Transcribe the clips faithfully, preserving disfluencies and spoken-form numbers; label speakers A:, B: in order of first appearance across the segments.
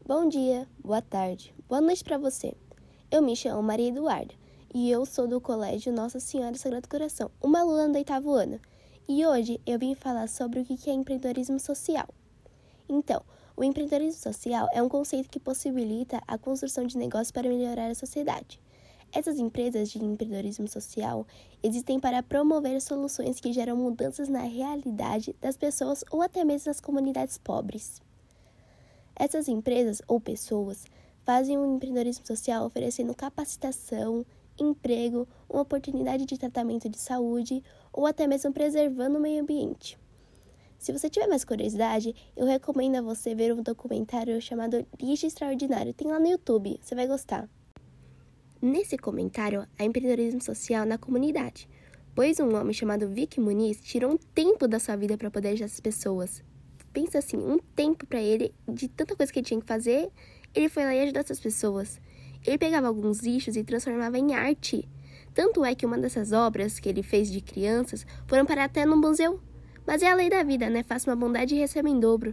A: Bom dia, boa tarde, boa noite para você. Eu me chamo Maria Eduarda e eu sou do Colégio Nossa Senhora do Sagrado Coração, uma aluna do oitavo ano. E hoje eu vim falar sobre o que é empreendedorismo social. Então, o empreendedorismo social é um conceito que possibilita a construção de negócios para melhorar a sociedade. Essas empresas de empreendedorismo social existem para promover soluções que geram mudanças na realidade das pessoas ou até mesmo das comunidades pobres. Essas empresas ou pessoas fazem um empreendedorismo social oferecendo capacitação, emprego, uma oportunidade de tratamento de saúde ou até mesmo preservando o meio ambiente. Se você tiver mais curiosidade, eu recomendo a você ver um documentário chamado Lixo Extraordinário. Tem lá no YouTube, você vai gostar. Nesse comentário, há empreendedorismo social na comunidade, pois um homem chamado Vic Muniz tirou um tempo da sua vida para poder ajudar essas pessoas. Pensa assim, um tempo para ele, de tanta coisa que ele tinha que fazer, ele foi lá e ajudou essas pessoas. Ele pegava alguns lixos e transformava em arte. Tanto é que uma dessas obras que ele fez de crianças foram parar até no museu. Mas é a lei da vida, né? Faça uma bondade e receba em dobro.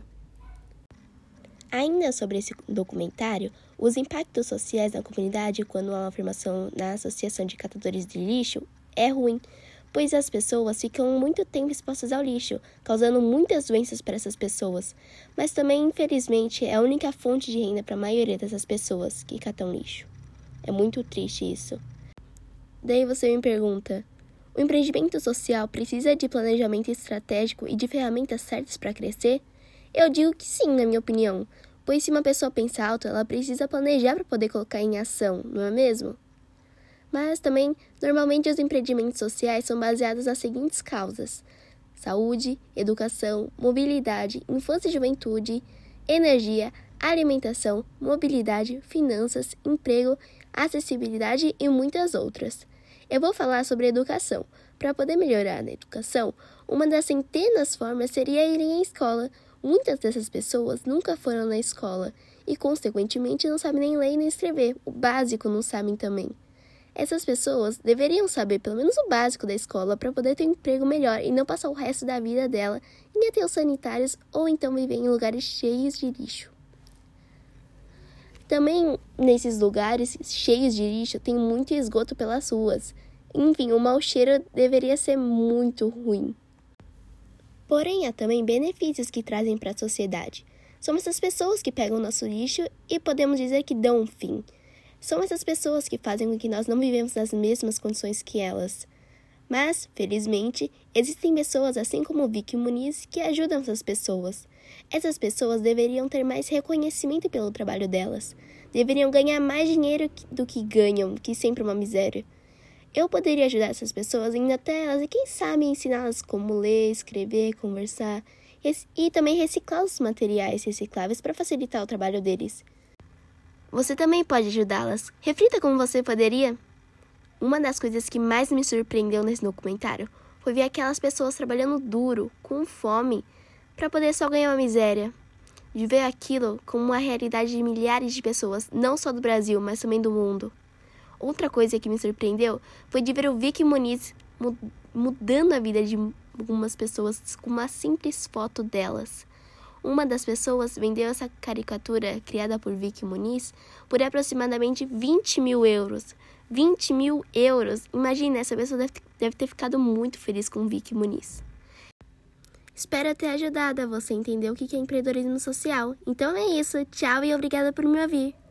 A: Ainda sobre esse documentário, os impactos sociais na comunidade quando há uma afirmação na Associação de Catadores de Lixo é ruim, pois as pessoas ficam muito tempo expostas ao lixo, causando muitas doenças para essas pessoas. Mas também, infelizmente, é a única fonte de renda para a maioria dessas pessoas que catam lixo. É muito triste isso. Daí você me pergunta, o empreendimento social precisa de planejamento estratégico e de ferramentas certas para crescer? Eu digo que sim, na minha opinião, pois se uma pessoa pensa alto, ela precisa planejar para poder colocar em ação, não é mesmo? Mas também, normalmente os empreendimentos sociais são baseados nas seguintes causas: saúde, educação, mobilidade, infância e juventude, energia, alimentação, mobilidade, finanças, emprego, acessibilidade e muitas outras. Eu vou falar sobre educação. Para poder melhorar a educação, uma das centenas formas seria irem à escola. Muitas dessas pessoas nunca foram na escola e, consequentemente, não sabem nem ler nem escrever. O básico não sabem também. Essas pessoas deveriam saber pelo menos o básico da escola para poder ter um emprego melhor e não passar o resto da vida dela em aterros sanitários ou então viver em lugares cheios de lixo. Também, nesses lugares cheios de lixo, tem muito esgoto pelas ruas. Enfim, o mau cheiro deveria ser muito ruim. Porém, há também benefícios que trazem para a sociedade. São essas pessoas que pegam o nosso lixo e podemos dizer que dão um fim. São essas pessoas que fazem com que nós não vivemos nas mesmas condições que elas. Mas, felizmente, existem pessoas assim como o Vic Muniz que ajudam essas pessoas. Essas pessoas deveriam ter mais reconhecimento pelo trabalho delas. Deveriam ganhar mais dinheiro do que ganham, que sempre é uma miséria. Eu poderia ajudar essas pessoas indo até elas e, quem sabe, ensiná-las como ler, escrever, conversar e também reciclar os materiais recicláveis para facilitar o trabalho deles. Você também pode ajudá-las. Reflita como você poderia. Uma das coisas que mais me surpreendeu nesse documentário foi ver aquelas pessoas trabalhando duro, com fome, para poder só ganhar uma miséria. De ver aquilo como uma realidade de milhares de pessoas, não só do Brasil, mas também do mundo. Outra coisa que me surpreendeu foi de ver o Vic Muniz mudando a vida de algumas pessoas com uma simples foto delas. Uma das pessoas vendeu essa caricatura criada por Vic Muniz por aproximadamente vinte mil euros. vinte mil euros! Imagina, essa pessoa deve, deve ter ficado muito feliz com o Vic Muniz. Espero ter ajudado a você entender o que é empreendedorismo social. Então é isso, tchau e obrigada por me ouvir.